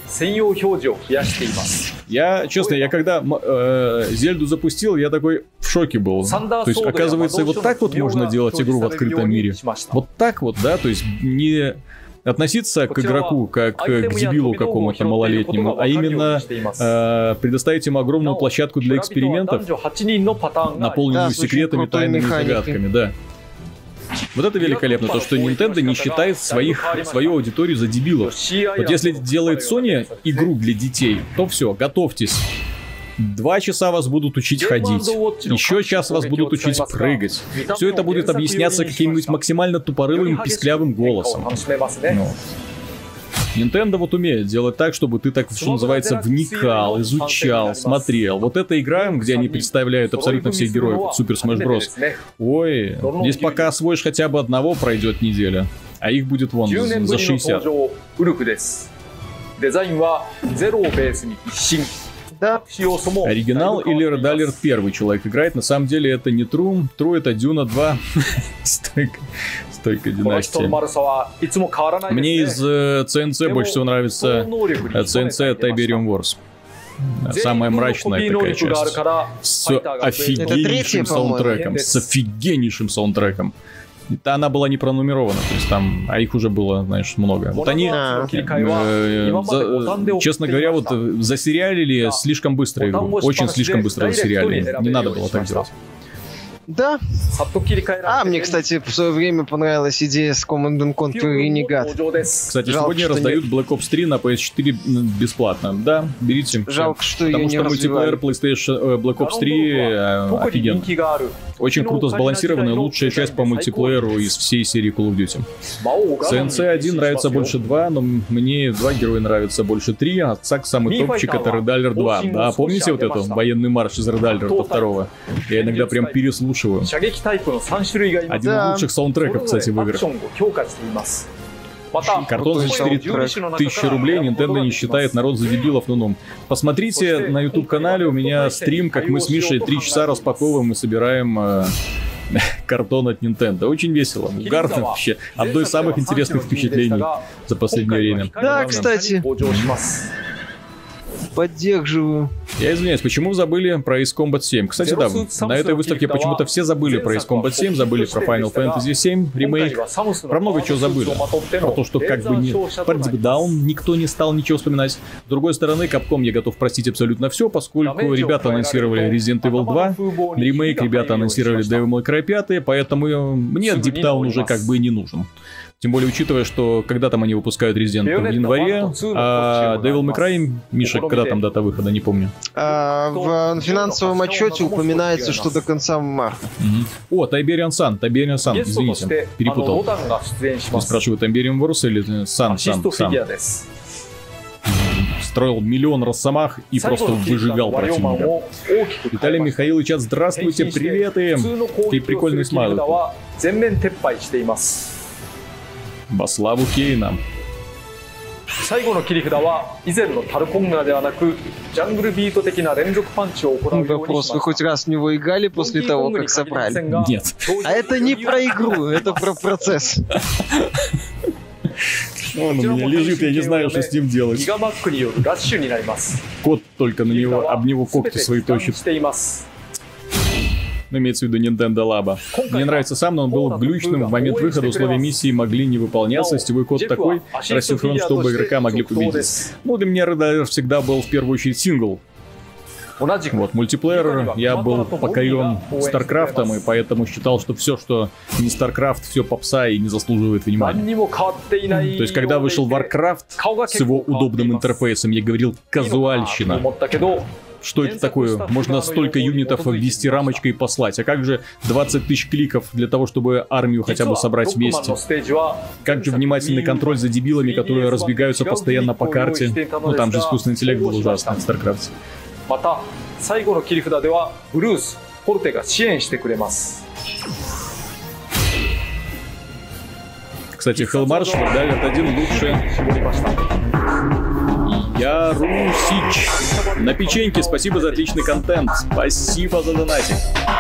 A: Я, честно, я когда Зельду запустил, я такой в шоке был. То есть, оказывается, вот так вот можно делать игру в открытом мире. Вот так вот, да, то есть не... относиться к игроку как к дебилу какому-то малолетнему, а именно предоставить ему огромную площадку для экспериментов, наполненную секретами, тайнами и загадками, да. Вот это великолепно, то, что Nintendo не считает свою аудиторию за дебилов. Вот если делает Sony игру для детей, то все, готовьтесь. 2 часа вас будут учить ходить, еще час вас будут учить прыгать. Все это будет объясняться каким-нибудь максимально тупорылым, писклявым голосом. Ну. Nintendo вот умеет делать так, чтобы ты так, что называется, вникал, изучал, смотрел. Вот эта игра, где они представляют абсолютно всех героев, вот Super Smash Bros. Ой, здесь пока освоишь хотя бы одного, пройдет неделя. А их будет вон за 60.
B: Да.
A: Оригинал или Red Alert 1 человек играет, на самом деле это не True. True это Duna 2. Стойка династия. Мне из CNC больше всего нравится CNC Tiberium Wars. Самая мрачная такая часть. С офигеннейшим саундтреком. С офигеннейшим саундтреком. Она была не пронумерована, то есть там, а их уже было, знаешь, много. Вот они, честно говоря, вот засериалили слишком быстро игру. Очень слишком быстро засериалили. Не надо было так делать.
B: Да. Мне, кстати, в свое время понравилась идея с Command & Conquer Renegade.
A: Кстати, сегодня раздают Black Ops 3 на PS4 бесплатно. Да, берите.
B: Жалко, что ее
A: потому
B: не
A: что мультиплеер PlayStation Black Ops 3 офигенный. Очень круто сбалансированная, лучшая часть по мультиплееру из всей серии Call of Duty. CNC 1 нравится больше 2, но мне 2 героя нравятся больше 3, а самый топчик это Red Alert 2. Да, помните вот это военный марш из Red Alert 2? Я иногда прям переслушиваю. Один из лучших саундтреков, кстати, в играх. Картон за 4000 рублей, Nintendo не считает народ за дебилов, ну-ну. Посмотрите на YouTube-канале, у меня стрим, как мы с Мишей 3 часа распаковываем и собираем картон от Nintendo. Очень весело, угарно вообще. Одно из самых интересных впечатлений за последнее время.
B: Да, кстати. Поддерживаю.
A: Я извиняюсь, почему забыли про Ace Combat 7? Кстати, да, на этой выставке почему-то все забыли про Ace Combat 7, забыли про Final Fantasy 7 ремейк, про много чего забыли. Про то, что как бы не... Даун никто не стал ничего вспоминать. С другой стороны, Capcom я готов простить абсолютно все, поскольку ребята анонсировали Resident Evil 2 ремейк, ребята анонсировали Devil May Cry 5, поэтому мне Deep Down уже как бы и не нужен. Тем более, учитывая, что когда там они выпускают Resident в январе, а Devil May Cry, Миша, когда там дата выхода, не помню.
B: В финансовом отчете упоминается, что до конца марта.
A: О, Tiberium Sun, извините, перепутал. Спрашиваю, Tiberium Wars или Sun? Строил миллион росомах и просто выжигал противника. Виталий Михаилович, здравствуйте, привет им! Ты прикольный смайл. Во славу Кейна.
B: Вопрос, вы хоть раз в него играли после того, как собрали?
A: Нет.
B: А это не про игру, это про процесс.
A: Он у меня лежит, я не знаю, что с ним делать. Кот только на него, об него когти свои точит. Ну, имеется в виду Nintendo Labo. Мне нравится сам, но он был глючным. В момент выхода условия миссии могли не выполняться. Сетевой код такой рассинхрон, чтобы игрока могли победить. Ну, для меня Red всегда был в первую очередь сингл. Вот, мультиплеер, я был покорен Старкрафтом, и поэтому считал, что все, что не Старкрафт, все попса и не заслуживает внимания. То есть, когда вышел Warcraft с его удобным интерфейсом, я говорил казуальщина. Что это такое? Можно столько юнитов ввести рамочкой и послать. А как же 20 тысяч кликов для того, чтобы армию хотя бы собрать вместе? Как же внимательный контроль за дебилами, которые разбегаются постоянно по карте? Ну, там же искусственный интеллект был ужасный в StarCraft. Кстати, Hellmarch Лет 1 лучше. Ярусич. На печеньке, спасибо за отличный контент. Спасибо за донатик.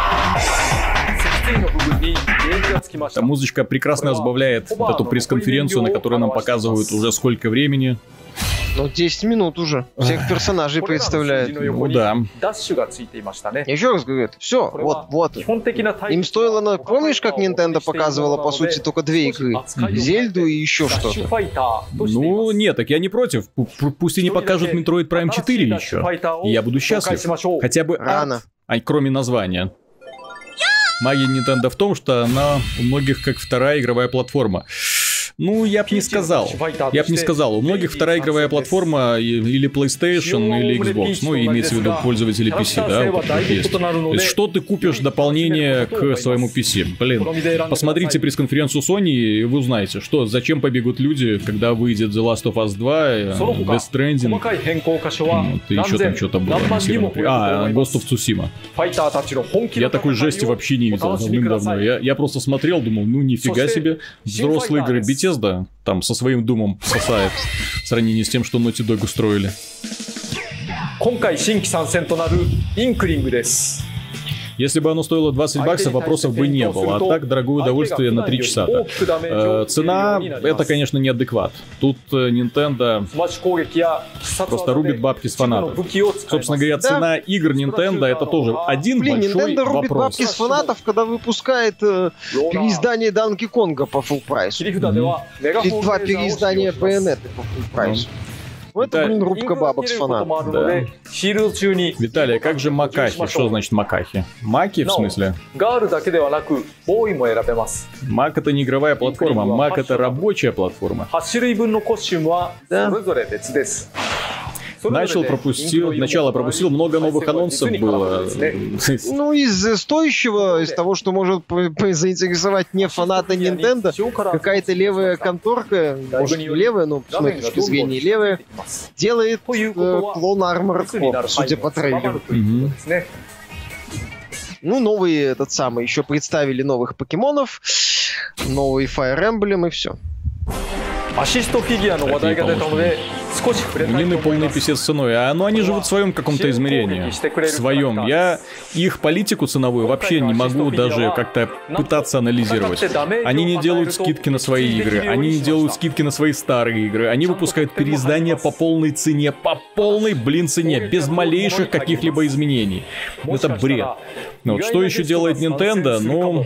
A: Эта музычка прекрасно разбавляет вот эту пресс-конференцию, на которой нам показывают уже сколько времени.
B: Ну, 10 минут уже. Всех персонажей представляют.
A: Ну да.
B: Я еще раз говорю, все, вот. Им стоило, помнишь, как Nintendo показывала, по сути, только 2 игры? Зельду и еще что-то.
A: Ну, нет, так я не против. Пусть и не покажут Metroid Prime 4 еще. И я буду счастлив. Хотя бы рано. Кроме названия. Магия Nintendo в том, что она у многих как вторая игровая платформа. Ну, я бы не сказал. У многих вторая игровая платформа или PlayStation, или Xbox. Ну, имеется в виду пользователи PC, да? Вот есть. То есть, что ты купишь дополнение к своему PC? Блин, посмотрите пресс-конференцию Sony, и вы узнаете, что, зачем побегут люди, когда выйдет The Last of Us 2, Death Stranding, вот, и еще там что-то было. Ghost of Tsushima. Я такой жести вообще не видел давным-давно. Я просто смотрел, думал, ну, нифига себе, взрослые игры, Bethesda там со своим думом сосает в сравнении с тем, что Naughty Dog устроили. Если бы оно стоило $20, вопросов бы не было. А так, дорогое удовольствие на 3 часа. Цена, это, конечно, неадекват. Тут Nintendo просто рубит бабки с фанатов. Собственно говоря, цена игр Nintendo это тоже один большой вопрос.
B: Nintendo рубит бабки с фанатов, когда выпускает переиздание Donkey Konga по full прайсу. Или 2 переиздания Bayonetta по full прайсу. Это, блин, рубка бабок с фанатов.
A: Да. Виталий, как же Макахи? Что значит Макахи? Маки, в смысле? Мак это не игровая платформа, Мак это рабочая платформа. Да. Начало пропустил, много новых анонсов было.
B: Ну, из стоящего, из того, что может заинтересовать не фаната Nintendo, какая-то левая конторка, может не левая, но с моей точки зрения левая, делает клон Armored Core, судя по трейлеру. Ну, новые, еще представили новых покемонов, новый Fire Emblem и все.
A: Мины полный писец ценой, они живут в своем каком-то измерении. В своем. Я их политику ценовую вообще не могу даже как-то пытаться анализировать. Они не делают скидки на свои игры, они не делают скидки на свои старые игры, они выпускают переиздания по полной цене, по полной, цене, без малейших каких-либо изменений. Это бред. Вот. Что еще делает Nintendo? Ну...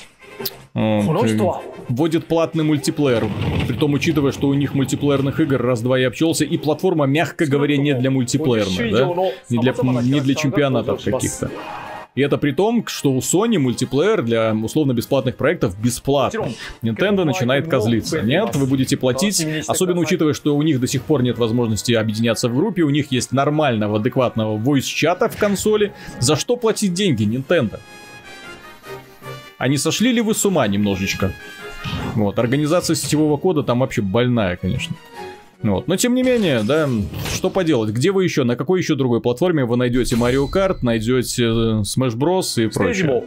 A: вводит платный мультиплеер. Притом, учитывая, что у них мультиплеерных игр раз-два и обчелся, и платформа, мягко говоря, не для мультиплеерных, да? Не для чемпионатов каких-то. И это при том, что у Sony мультиплеер для условно-бесплатных проектов бесплатный. Nintendo начинает козлиться. Нет, вы будете платить, особенно учитывая, что у них до сих пор нет возможности объединяться в группе, у них есть нормального, адекватного voice-чата в консоли. За что платить деньги, Nintendo? А не сошли ли вы с ума немножечко? Вот, организация сетевого кода там вообще больная, конечно. Вот. Но тем не менее, да, что поделать? Где вы еще, на какой еще другой платформе вы найдете Mario Kart, найдете Smash Bros и прочее?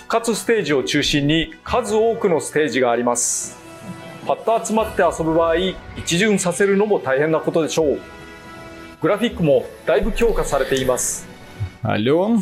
A: Алло?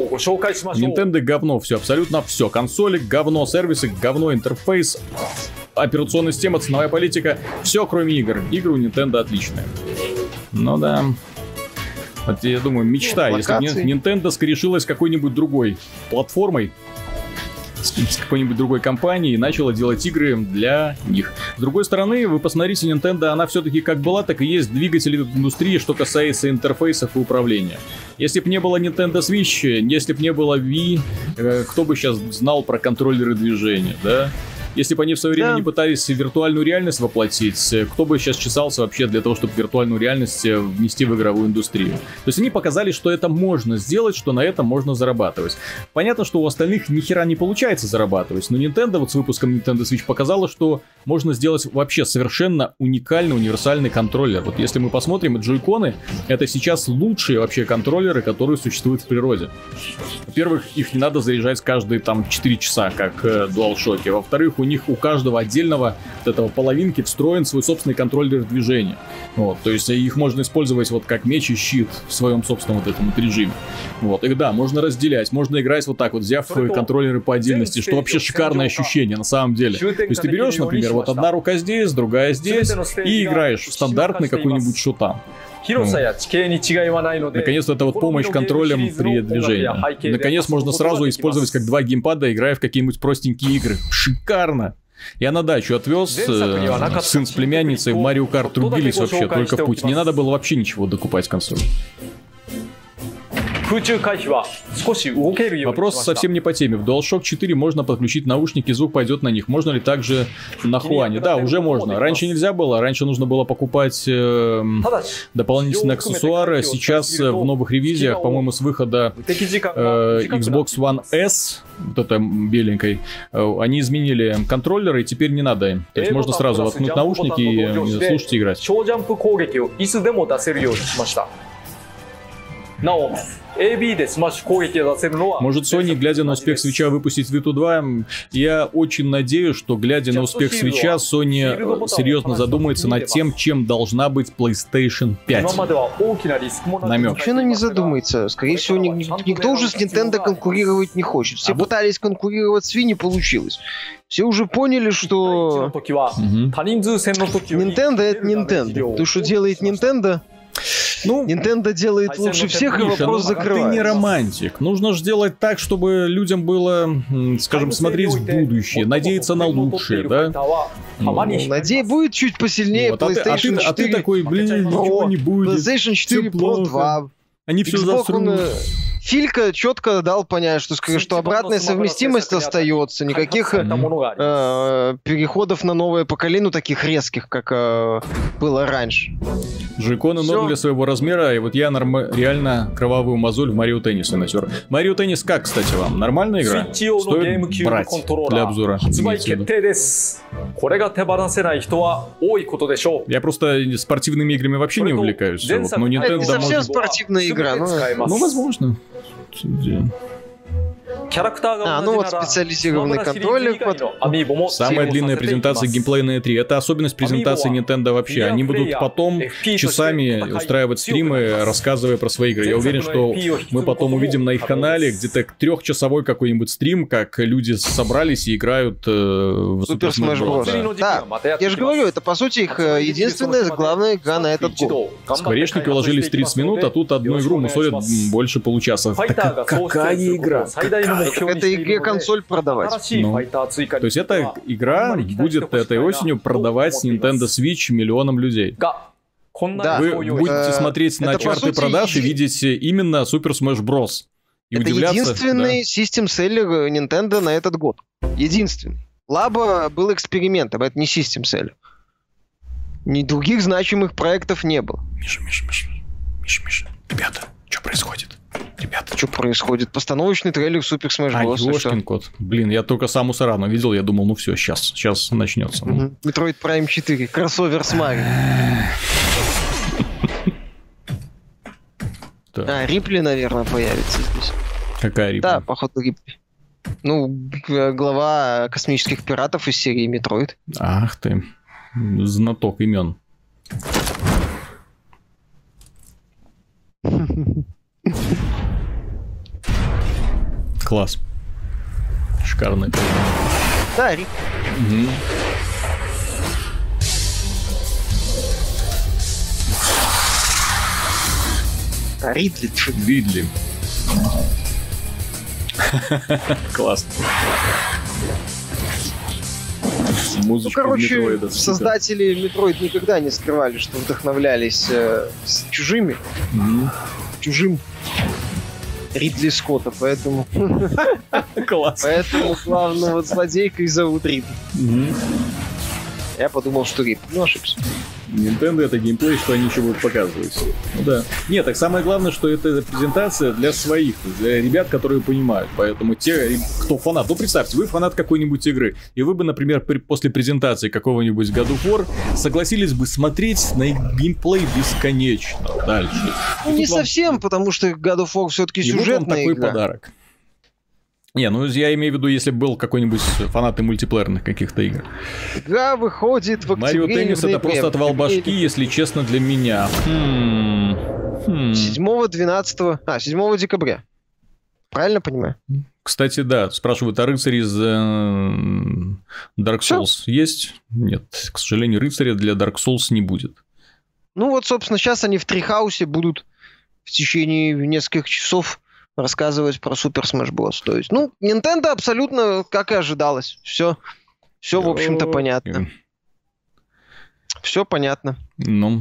A: Nintendo говно, все, абсолютно все. Консоли говно, сервисы говно, интерфейс операционная система, ценовая политика, все кроме игр. Игры у Nintendo отличные. Ну да. Вот я думаю, мечта, если бы Nintendo скорешилась какой-нибудь другой платформой, с какой-нибудь другой компанией и начала делать игры для них. С другой стороны, вы посмотрите, Nintendo, она все-таки как была, так и есть двигатель индустрии, что касается интерфейсов и управления. Если бы не было Nintendo Switch, если бы не было Wii, кто бы сейчас знал про контроллеры движения, да? Если бы они в свое время не пытались виртуальную реальность воплотить, кто бы сейчас чесался вообще для того, чтобы виртуальную реальность внести в игровую индустрию? То есть они показали, что это можно сделать, что на этом можно зарабатывать. Понятно, что у остальных ни хера не получается зарабатывать, но Nintendo вот с выпуском Nintendo Switch показала, что можно сделать вообще совершенно уникальный, универсальный контроллер. Вот если мы посмотрим, джойконы — это сейчас лучшие вообще контроллеры, которые существуют в природе. Во-первых, их не надо заряжать каждые там 4 часа, как DualShock. Во-вторых, у них у каждого отдельного вот этого половинки встроен свой собственный контроллер движения. Вот, то есть их можно использовать вот как меч и щит в своем собственном вот этом вот режиме. Вот, их да, можно разделять, можно играть вот так вот, взяв контроллеры по отдельности, что вообще шикарное ощущение на самом деле. То есть ты берешь, например, вот одна рука здесь, другая здесь, и играешь в стандартный какой-нибудь шутан. Наконец-то это вот помощь контролем при движении. Наконец можно сразу использовать как два геймпада, играя в какие-нибудь простенькие игры. Шикарно! Я на дачу отвез, сын с племянницей в Марио Карт рубились вообще только в путь. Не надо было вообще ничего докупать в консоли. Вопрос совсем не по теме. В DualShock 4 можно подключить наушники, звук пойдет на них. Можно ли также на Хуане? Да, уже можно. Раньше нельзя было. Раньше нужно было покупать дополнительные аксессуары. Сейчас в новых ревизиях, по-моему, с выхода Xbox One S, вот это беленькой, они изменили контроллеры, и теперь не надо им. То есть можно сразу воткнуть наушники и слушать и играть. Может, Sony, глядя на успех Switch'а, выпустить Vita 2? Я очень надеюсь, что, глядя на успех Switch'а, Sony серьезно задумается над тем, чем должна быть PlayStation 5. Намек.
B: Вообще она не задумается. Скорее всего, никто уже с Nintendo конкурировать не хочет. Все пытались конкурировать с Wii, не получилось. Все уже поняли, что Nintendo — это Nintendo. То, что делает Nintendo... Ну, Nintendo делает лучше всех,
A: Миша,
B: и вопрос закрывается.
A: Ты не романтик. Нужно же делать так, чтобы людям было, скажем, смотреть в будущее, надеяться на лучшее, да?
B: Надеюсь, будет чуть посильнее вот, PlayStation 4
A: а ты такой, ничего не будет.
B: PlayStation 4 Pro 2.
A: Они все засрут.
B: Филька четко дал понять, что обратная совместимость остается, никаких переходов на новое поколение, таких резких, как было раньше.
A: Джойконы норм для своего размера, и вот я реально кровавую мозоль в Марио Теннисе натер. Марио Теннис как, кстати, вам? Нормальная игра? Стоит брать для обзора. Я просто спортивными играми вообще не увлекаюсь. Вот, но Nintendo
B: это не совсем спортивная игра,
A: ну возможно.
B: Ну вот специализированный контроллер.
A: Самая длинная презентация геймплея на E3. Это особенность презентации Nintendo вообще. Они будут потом часами устраивать стримы, рассказывая про свои игры. Я уверен, что мы потом увидим на их канале где-то 3-часовой какой-нибудь стрим, как люди собрались и играют в Super Smash Bros.
B: Да, я же говорю, это по сути их единственная главная игра на этот год.
A: Скворечники уложились в 30 минут, а тут одну игру мусолят больше получаса. Какая игра?
B: Это игре консоль продавать.
A: Ну, то есть эта игра будет этой осенью продавать Nintendo Switch миллионам людей.
B: Да.
A: Вы будете смотреть на чарты продаж и видеть именно Super Smash Bros. И
B: это
A: удивляться,
B: единственный систем-селлер Nintendo на этот год. Единственный. Лаба был экспериментом, это не систем-селлер. Ни других значимых проектов не было.
A: Миша. Ребята, что происходит? Ребята,
B: что происходит? Постановочный трейлер Super Smash Bros.
A: Ёшкин кот. Блин, я только Самуса Арану видел, я думал, ну все, сейчас начнется.
B: Metroid Prime 4, кроссовер с Марио. Рипли, наверное, появится здесь.
A: Какая Рипли?
B: Да, походу Рипли. Ну, глава космических пиратов из серии Metroid.
A: Ах ты, знаток имен. Класс. Шикарный.
B: Да, Рик. Ридли.
A: Ридли. Классно. Музычка
B: Метроида. Создатели Метроид никогда не скрывали, что вдохновлялись чужими. Чужим Ридли Скотта, поэтому...
A: Класс.
B: Поэтому главного злодейка зовут Ридли. Я подумал, что Рип. Ну, ошибся.
A: Nintendo — это геймплей, что они еще будут показывать. Ну да. Нет, так самое главное, что это презентация для своих, для ребят, которые понимают. Поэтому те, кто фанат, ну представьте, вы фанат какой-нибудь игры, и вы бы, например, после презентации какого-нибудь God of War согласились бы смотреть на геймплей бесконечно дальше.
B: Ну, не совсем, потому что God of War все-таки сюжетная
A: вот вам такой
B: игра.
A: Подарок. Не, ну я имею в виду, если был какой-нибудь фанат мультиплеерных каких-то игр.
B: Игра выходит в октябре.
A: Марио Теннис — это просто отвал башки, если честно, для меня.
B: 7 декабря. Правильно понимаю?
A: Кстати, да, спрашивают, а рыцари из Dark Souls есть? Нет, к сожалению, рыцаря для Dark Souls не будет.
B: Ну вот, собственно, сейчас они в Трихаусе будут в течение нескольких часов рассказывать про Super Smash Bros. То есть, ну, Nintendo абсолютно, как и ожидалось. Все, в общем-то, понятно. Все понятно.
A: Ну,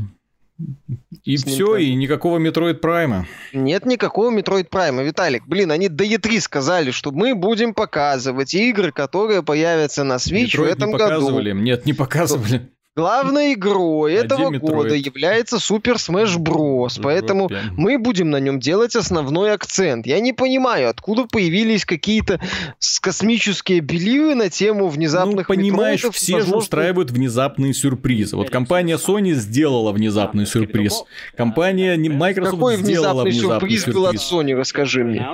A: и все, и никакого Metroid Prime.
B: Нет никакого Metroid Prime. Виталик, они до E3 сказали, что мы будем показывать игры, которые появятся на Switch в этом году.
A: Нет, не показывали.
B: Главной игрой этого года является Super Smash Bros. Поэтому мы будем на нем делать основной акцент. Я не понимаю, откуда появились какие-то космические беливы на тему внезапных
A: понимаешь, все же устраивают внезапные сюрпризы. Вот компания Sony сделала внезапный сюрприз. Компания Microsoft
B: Какой
A: сделала внезапный
B: сюрприз был от Sony, расскажи мне.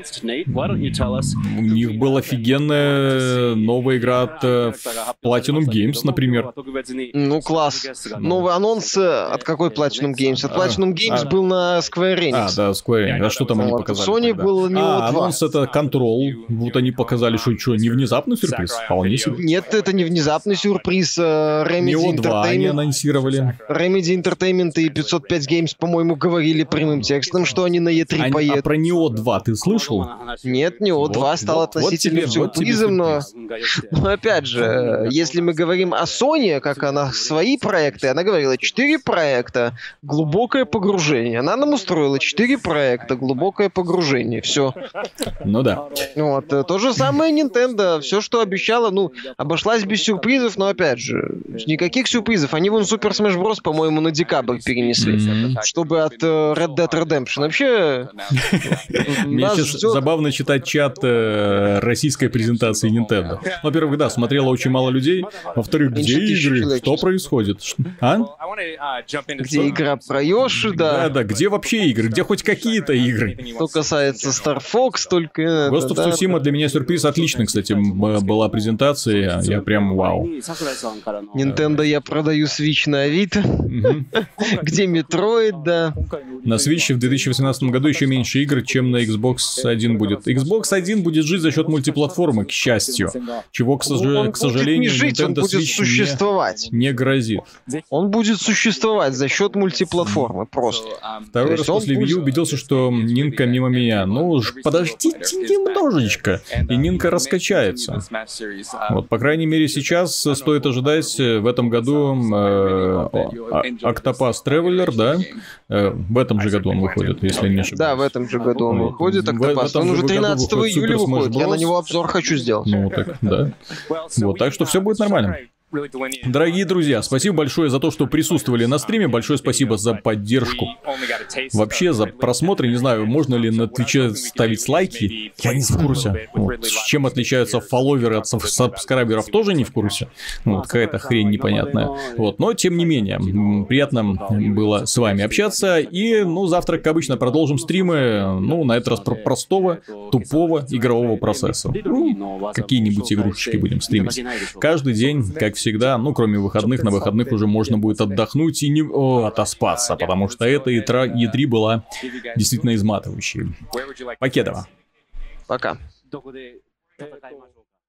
A: У них была офигенная новая игра от Platinum Games, например.
B: Ну, класс. Новый анонс от какой Platinum Games? От Platinum Games был на Square Enix.
A: Да, Square Enix. А что там они показали?
B: Sony был Neo 2.
A: Анонс это Control. Вот они показали, что не внезапный сюрприз? Вполне себе.
B: Нет, это не внезапный сюрприз. Remedy
A: Neo 2 они анонсировали.
B: Remedy Entertainment и 505 Games, по-моему, говорили прямым текстом, что они на E3 поедут.
A: А про Neo 2 ты слышал?
B: Нет, Neo 2 стал относительным сюрпризом, но опять же, если мы говорим о Sony, как она свои проекты, она говорила 4 проекта, глубокое погружение. Она нам устроила 4 проекта, глубокое погружение. Все.
A: Ну да.
B: Вот. То же самое Nintendo. Все, что обещала, обошлась без сюрпризов, но опять же, никаких сюрпризов. Они вон Super Smash Bros, по-моему, на декабрь перенесли. Чтобы от Red Dead Redemption. Вообще...
A: Мне сейчас забавно читать чат российской презентации Nintendo. Во-первых, да, смотрело очень мало людей. Во-вторых, где игры? Что происходит? А?
B: Где игра про Йоши, да.
A: Да, где вообще игры? Где хоть какие-то игры?
B: Что касается Star Fox, только...
A: Ghost of Tsushima для меня сюрприз. Отлично, кстати, была презентация. Я прям вау.
B: Nintendo я продаю Switch на Авито. Где Metroid, да.
A: На Switch в 2018 году еще меньше игр, чем на Xbox One будет. Xbox One будет жить за счет мультиплатформы, к счастью. Чего, к сожалению, Nintendo Switch не грозит.
B: Он будет существовать за счет мультиплатформы просто.
A: Второй раз после Wii U убедился, что Нинка мимо меня. Ну, подождите немножечко, и Нинка раскачается. Вот, по крайней мере, сейчас стоит ожидать в этом году Octopath Traveler, да? В этом же году он выходит, если не ошибаюсь.
B: Да, в этом же году он выходит, Octopath. Он уже 13 июля выходит, я на него обзор хочу сделать.
A: Ну, так, да. Вот, так что все будет нормально. Дорогие друзья, спасибо большое за то, что присутствовали на стриме. Большое спасибо за поддержку. Вообще, за просмотры. Не знаю, можно ли на Твиче ставить лайки. Я не в курсе. Вот. Чем отличаются фолловеры от сабскрайберов, тоже не в курсе. Вот, какая-то хрень непонятная. Вот. Но, тем не менее, приятно было с вами общаться. И, завтра, как обычно, продолжим стримы. На этот раз про простого, тупого игрового процесса. Какие-нибудь игрушечки будем стримить. Каждый день, как всегда, кроме выходных, на выходных уже можно будет отдохнуть и отоспаться, потому что эта E3 была действительно изматывающей. Покедова.
B: Пока.